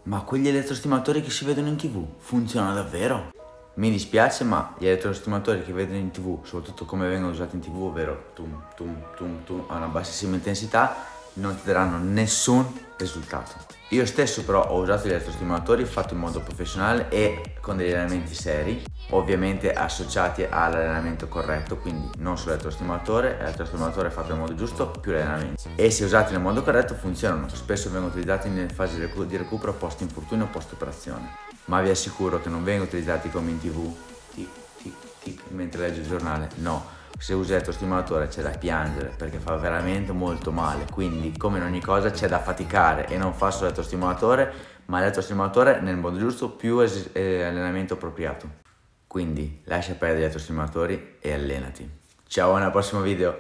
Ma quegli elettrostimolatori che si vedono in TV funzionano davvero? Mi dispiace, ma gli elettrostimolatori che vedono in TV, soprattutto come vengono usati in TV, ovvero tum tum tum tum a una bassissima intensità, non ti daranno nessun risultato. Io stesso però ho usato gli elettrostimolatori fatto in modo professionale e con degli allenamenti seri, ovviamente associati all'allenamento corretto, quindi non solo l'elettrostimolatore fatto nel modo giusto più l'allenamento. E se usati nel modo corretto funzionano, spesso vengono utilizzati nelle fasi di recupero post infortunio o post operazione, ma vi assicuro che non vengono utilizzati come in TV, tic tic tic, mentre leggi il giornale, no. Se usi l'elettrostimolatore c'è da piangere perché fa veramente molto male, quindi come in ogni cosa c'è da faticare e non fa solo l'elettrostimolatore, ma l'elettrostimolatore nel modo giusto più allenamento appropriato. Quindi lascia perdere gli elettrostimolatori e allenati. Ciao, al prossimo video!